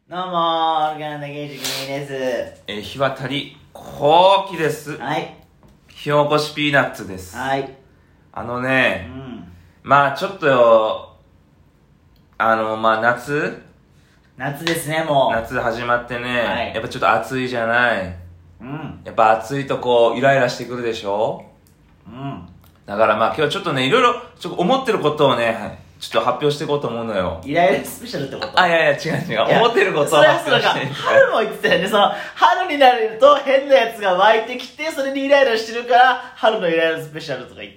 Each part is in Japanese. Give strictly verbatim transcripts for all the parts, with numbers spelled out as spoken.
どうもー、オルガンのゲージ組です。 えー、日渡り後期です。 はい。 火起こしピーナッツです。 はい。 あのね、 うん。 まあちょっとよ、あの、まあ夏夏ですね、もう。 夏始まってね、 はい、 やっぱちょっと暑いじゃない。 うん。 やっぱ暑いとこう、イライラしてくるでしょ。 うん。 だからまあ今日ちょっとね、いろいろ、ちょっと思ってることをね、ちょっと発表していこうと思うのよ。 イライラスペシャルってこと？ あ、いやいや、違う違う。思ってることを発表してる。 春も言ってたよね。その、春になると変なやつが湧いてきて、それにイライラしてるから、春のイライラスペシャルとか言って。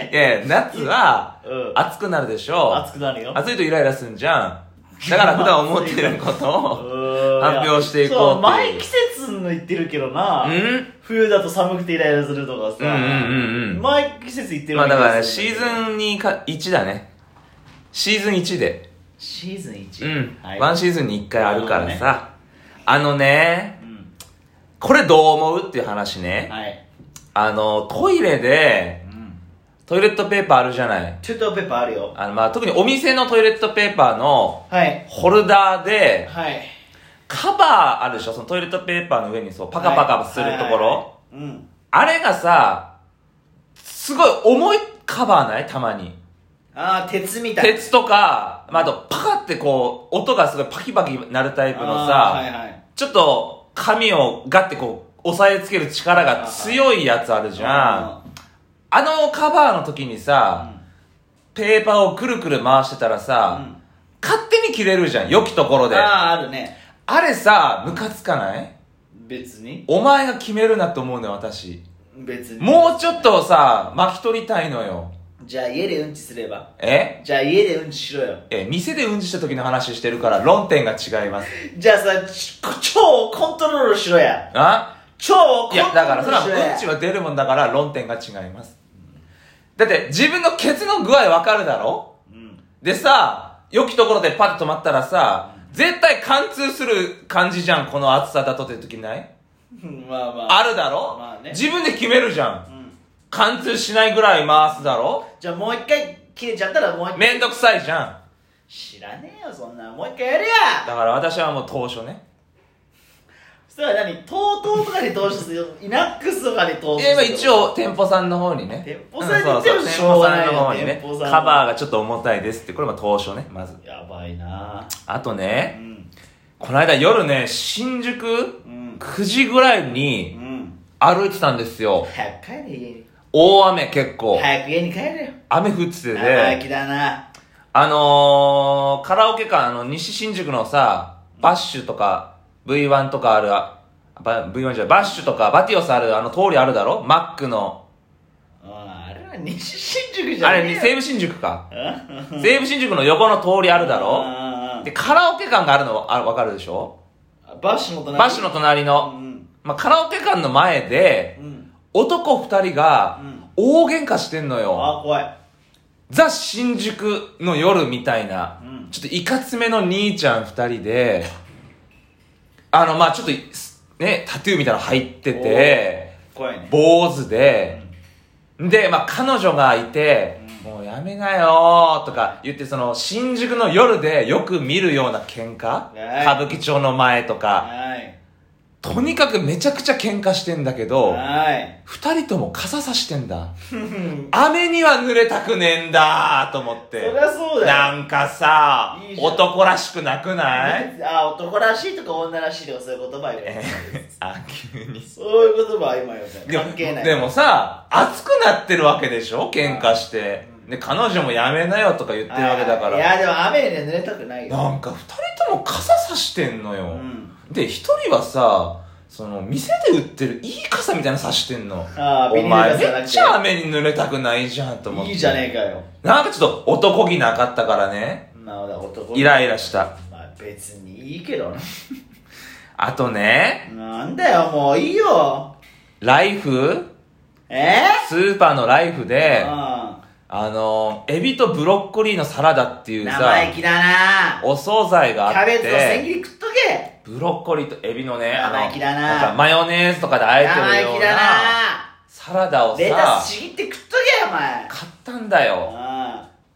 いやいや、夏は、 うん、 暑くなるでしょ。 暑くなるよ。 暑いとイライラすんじゃん。だから普段思ってることを発表していこうっていう。そう、 毎季節の言ってるけどな。 うん？ 冬だと寒くてイライラするとかさ。 うんうんうんうん。 毎季節言ってるわけです。まあだから、ね、シーズンにかいちだね。シーズンいちで。 シーズンいち？ うん。 はい、 ワンシーズンにいっかいあるからさ。あのね、 うん、 これどう思うっていう話ね。 はい。 あの、トイレで、トイレットペーパーあるじゃない。 トイレットペーパーあるよ。 あの、まあ、特にお店のトイレットペーパーの、 はい。 ホルダーで、 はい。 カバーあるでしょ、そのトイレットペーパーの上にそう、パカパカするところ。 うん。あれがさ、すごい重いカバーない？たまに。 ああ、鉄みたいな。 鉄とか、まあ、あと、パカってこう、音がすごいパキパキなるタイプのさ、 はいはい、 ちょっと、紙をガッてこう、押さえつける力が強いやつあるじゃん。あ, あのカバーの時にさ、うん、ペーパーをくるくる回してたらさ、うん、勝手に切れるじゃん、良きところで。 ああ、あるね。 あれさ、ムカつかない？ 別に。 お前が決めるなと思うのよ、私。 別に。 もうちょっとさ、巻き取りたいのよ。 じゃあ家でうんちすれば。 え？ じゃあ家でうんちしろよ。 え、店でうんちした時の話してるから論点が違います。 じゃあさ、超コントロールしろや。 あ？ 超コントロールしろや。 いや、だからそれはうんちは出るもんだから論点が違います。だって自分のケツの具合わかるだろ？うん。でさ、良きところでパッと止まったらさ、うん、絶対貫通する感じじゃん、この暑さだとって時ない？ まあまあ。 あるだろ？ まあね。 自分で決めるじゃん。うん、貫通しないぐらい回すだろ？ じゃあもう一回切れちゃったらもう一回。 めんどくさいじゃん。 知らねえよ、そんな。もう一回やるや。 だから私はもう当初ね。 それは何？ トートー とかに投資する？イナックスとかに投資する？ え、まあ一応店舗さんの方にね。 店舗さんに言ってもしょうがないよ。 店舗さんの方にね。カバーがちょっと重たいですって。これも当初ね、まず。 やばいな。 あとね、 うん、 この間夜ね、新宿、うん、くじぐらいに歩いてたんですよ。 早く帰れ家に。大雨結構。 早く家に帰れよ。 雨降っててね。 生意気だな。 あのー、カラオケ館、あの、西新宿のさ、バッシュとか、ブイワン とかある、ブイワン じゃない、バッシュとか、バティオスある、あの通りあるだろ？マックの。 ああ、あれは西新宿じゃねえよ。 あれ、西武新宿か。西武新宿の横の通りあるだろ？で、カラオケ館があるのわかるでしょ？ バッシュの隣。 バッシュの隣の。うん、まあ、カラオケ館の前で、うん、男二人が、大喧嘩してんのよ。 ああ、怖い。 ザ・新宿の夜みたいな、うん、ちょっといかつめの兄ちゃん二人で、あの、まあちょっと、ね、タトゥーみたいなの入ってて、 怖いね。 坊主で、うん、で、まあ彼女がいて、うん、もうやめなよーとか言って、その、新宿の夜でよく見るような喧嘩、歌舞伎町の前とか、とにかくめちゃくちゃ喧嘩してんだけど、二人とも傘差してんだ。雨には濡れたくねえんだと思って。 そりゃそうだよ。 なんかさ、いい男らしくなくない？ あ、男らしいとか女らしいとかそういう言葉よ。 あ、急に。 そういう言葉は今よ。関係ない。 でもさ、熱くなってるわけでしょ？喧嘩して。で、彼女もやめなよとか言ってるわけだから。 いや、でも雨に濡れたくないよ。 なんか二人とも傘差してんのよ。うんで、一人はさ、その、店で売ってるいい傘みたいなの差してんの。 ああ、 お前めっちゃ雨に濡れたくないじゃんと思って。 いいじゃねえかよ。 なんかちょっと男気なかったからね。 まあ、男イライラした。 まあ別にいいけどな。 あとね。 なんだよ、もういいよ。 ライフえー、スーパーのライフで、ああの、エビとブロッコリーのサラダっていうさ、 生意気だな。 お惣菜があって、 キャベツの千切り食っとけ。 ブロッコリーとエビのね、 生意気だな。 なんかマヨネーズとかで和えてるような、 生意気だな。 サラダをさ、 レタスちぎって食っとけよ、お前。 買ったんだよ。ブロッコ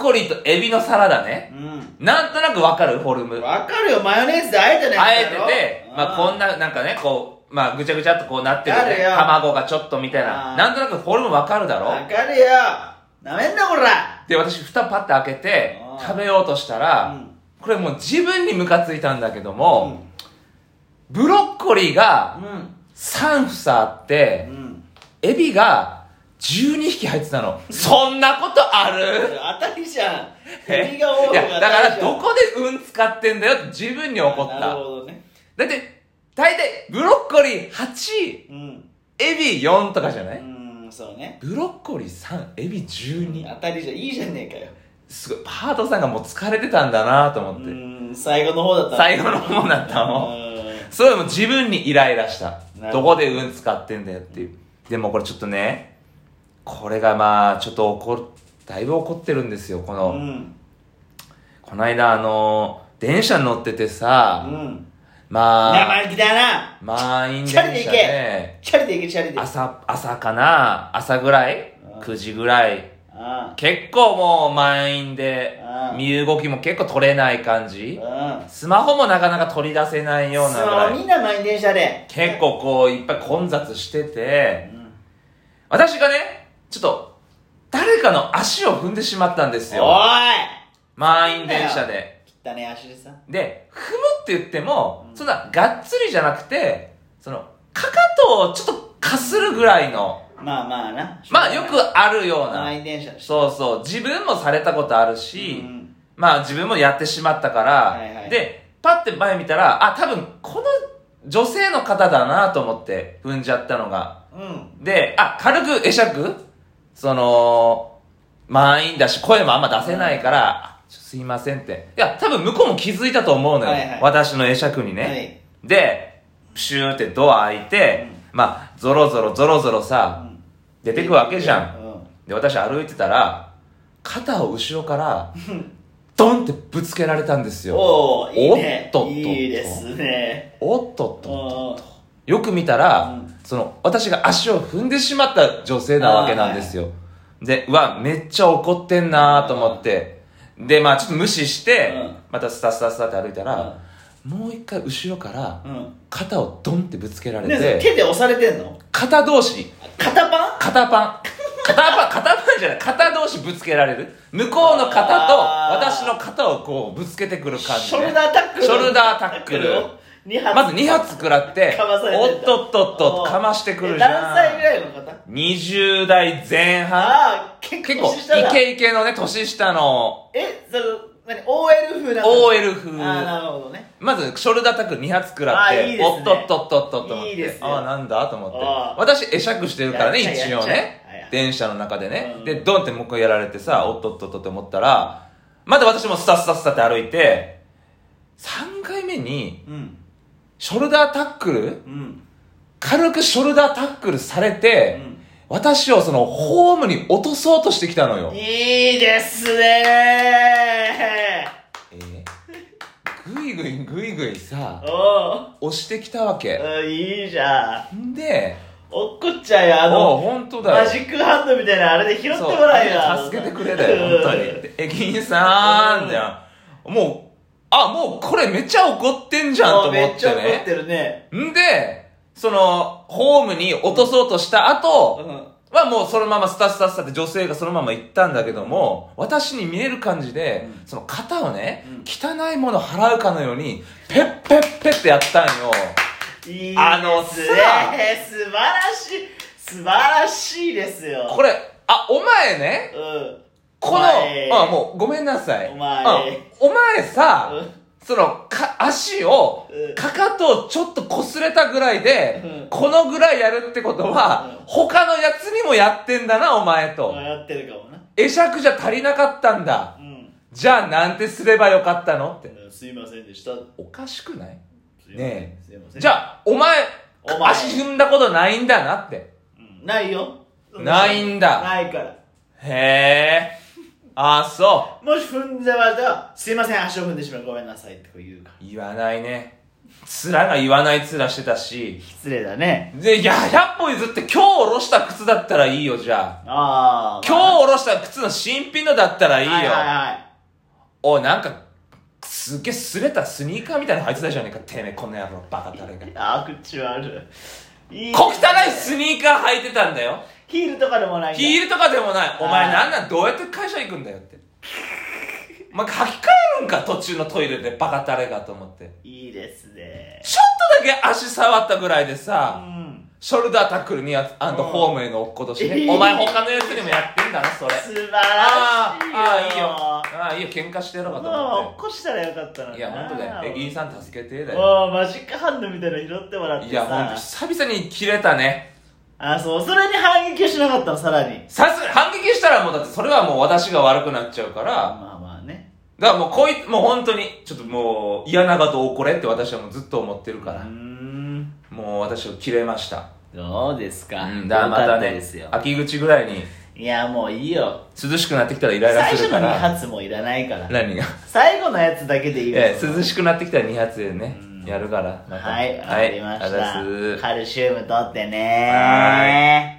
コリーとエビのサラダね。 うん。 なんとなくわかるフォルム。 わかるよ、マヨネーズであえてね。 あえてて、まあこんな、なんかね、こう、まあぐちゃぐちゃっとこうなってるね。卵がちょっとみたいな。なんとなくフォルムわかるだろ。 わかるよ。なめんなこら。 で、私蓋パッて開けて、食べようとしたら、うん、これもう自分にムカついたんだけども、うん、ブロッコリーがさん房あって、うん、エビがじゅうにひき入ってたの。そんなことある？ 当たりじゃん。エビが多い方が当たりじゃん。いや、 だからどこで運使ってんだよって自分に怒った。 なるほどね。 だって、大体ブロッコリーはち、うん、エビよんとかじゃない？うん、 そうね。 ブロッコリーさん、エビじゅうに。 当たりじゃん。いいじゃねえかよ。 すごい、パートさんがもう疲れてたんだなと思って。 うん、最後の方だった。 最後の方だったもん。それも自分にイライラした。どこで運使ってんだよっていう。でもこれちょっとね、これがまあ、ちょっと怒る、だいぶ怒ってるんですよ、この。うん、この間、あの、電車に乗っててさ、うん、まあ、 生意気だな。 満員電車で、 チャリで行け、チャリで。 朝、朝かな、朝ぐらい、うん、くじぐらい。結構もう満員で、身動きも結構取れない感じ。スマホもなかなか取り出せないようなぐらい。 そう、みんな満員電車で。 結構こう、いっぱい混雑してて、うん、私がね、ちょっと、誰かの足を踏んでしまったんですよ。 おい！ 満員電車で。 汚ね足でさ。 で、踏むって言っても、うん、そんながっつりじゃなくて、その、かかとをちょっとかするぐらいの、 まあまあな。 まあよくあるような。 満員電車で。 そうそう。自分もされたことあるし、うん、まあ自分もやってしまったから、はいはい、で、パッて前見たら、あ、多分この女性の方だなと思って踏んじゃったのが。うん、で、あ、軽く会釈その、満員だし声もあんま出せないから、うん、すいませんって。いや、多分向こうも気づいたと思うのよ。はいはい、私の会釈にね。はい、で、プシューってドア開いて、うん、まあ、ゾロゾロゾロゾロさ、うん、出てくわけじゃん、うん、で私歩いてたら肩を後ろからドンってぶつけられたんですよ。 おー、いいね。 おっとっとっといいですね。 おっとっとっとっとよく見たら、うん、その私が足を踏んでしまった女性なわけなんですよ、はい、でうわめっちゃ怒ってんなーと思って、でまあちょっと無視して、うん、またスタスタスタって歩いたら、うん、もう一回後ろから肩をドンってぶつけられて、 ね、手で押されてんの？ 肩同士肩パン？ 肩パン肩パン肩パンじゃない、肩同士ぶつけられる。向こうの肩と私の肩をこうぶつけてくる感じ、ね、 ショルダータックルショルダータックルまずに発食らっておっとっとっとかましてくるじゃん。 何歳ぐらいの方？ にじゅう代前半。 ああ、結構イケイケのね年下の。 え、その何 オーエル 風なの？ オーエル 風。 ああ、なるほどね。 まずショルダータックルに発食らって、いいね、おっとっとっとっとっと思って、いいですよ、ああなんだと思って、私会釈してるからね一応ね、電車の中でね、うん、でドンってもう一回やられてさ、おっとっとっとって思ったらまた私もスタスタスタって歩いてさんかいめに、うん、ショルダータックル、うん、軽くショルダータックルされて、うん、私をそのホームに落とそうとしてきたのよ。 いいですねー。 えー、ぐいぐいぐいぐいさ押してきたわけ。 いいじゃん。 でおっこっちゃいあの本当だよ、 マジックハンドみたいなあれで拾ってもらえよ。 助けてくれだよ本当に。駅員さんじゃん、もうあもうこれめっちゃ怒ってんじゃんと思ってね。 めっちゃ怒ってるね。 んでそのホームに落とそうとした後、うんはもうそのままスタスタスタって女性がそのまま行ったんだけども、私に見える感じで、うん、その肩をね、うん、汚いもの払うかのようにペッペッペッってやったんよ。 いいですね。あのさ、素晴らしい素晴らしいですよ。 これあお前ね、うん、このあもうごめんなさい、 お前お前さ、うんそのか足をかかとをちょっと擦れたぐらいで、うん、このぐらいやるってことは、うん、他のやつにもやってんだなお前と。 やってるかもな。 会釈じゃ足りなかったんだ、うん、じゃあなんてすればよかったのって、 うん、すいませんでした。 おかしくないねえ。じゃあお前、お前足踏んだことないんだなって、 うん、ないよ。 ないんだ。 ないから。 へえ。ああそう。 もし踏んでましたらすいません足を踏んでしまうごめんなさいってこう言うか。 言わないね。 面が言わない面してたし、 失礼だね。 で、いや、ひゃっぽ譲って今日下ろした靴だったらいいよ、じゃあ。 ああ。 今日下ろした靴の新品のだったらいいよ。 はいはいはい。 おい、なんか、すっげえ擦れたスニーカーみたいなの履いてたじゃねえか、てめえ、この野郎、バカ誰が。 あー、口悪い。いいね、 小汚いスニーカー履いてたんだよ。 ヒールとかでもないんだ。 ヒールとかでもない。お前なんなん、どうやって会社行くんだよって。お前履き替えるんか、途中のトイレでバカ誰がと思って。 いいですね。 ちょっとだけ足触ったぐらいでさ、 うん、 ショルダータックルにやつ、アンドホームへの落っことしね。お前他のやつにもやってんだな、それ。 素晴らしいよ。ああ、いいよ。ああ、いいよ、喧嘩してやろうかと思って。 まあ、落っこしたらよかったな。 いや、ほんとだよ。え、イーさん助けてだよ。 おー、マジックハンドみたいなの拾ってもらってさ。 いや、ほんと、久々に切れたね。 あ、そう、それに反撃しなかったの、さらに。 さすがに反撃したらもう、だってそれはもう私が悪くなっちゃうから。 まあまあね。 だからもうこいつ、もう本当に、ちょっともう、嫌なこと起これって私はもうずっと思ってるから。 うーん。 もう私は切れました。 どうですか。 うん、だからまたね、秋口ぐらいに。 いや、もういいよ。 涼しくなってきたらイライラするから。 最初のに発もいらないから。 何が最後のやつだけでいいよ。 ええ、涼しくなってきたらに発でね、やるから。 ま、はい、わかりました。 はい、 カルシウム取ってねー。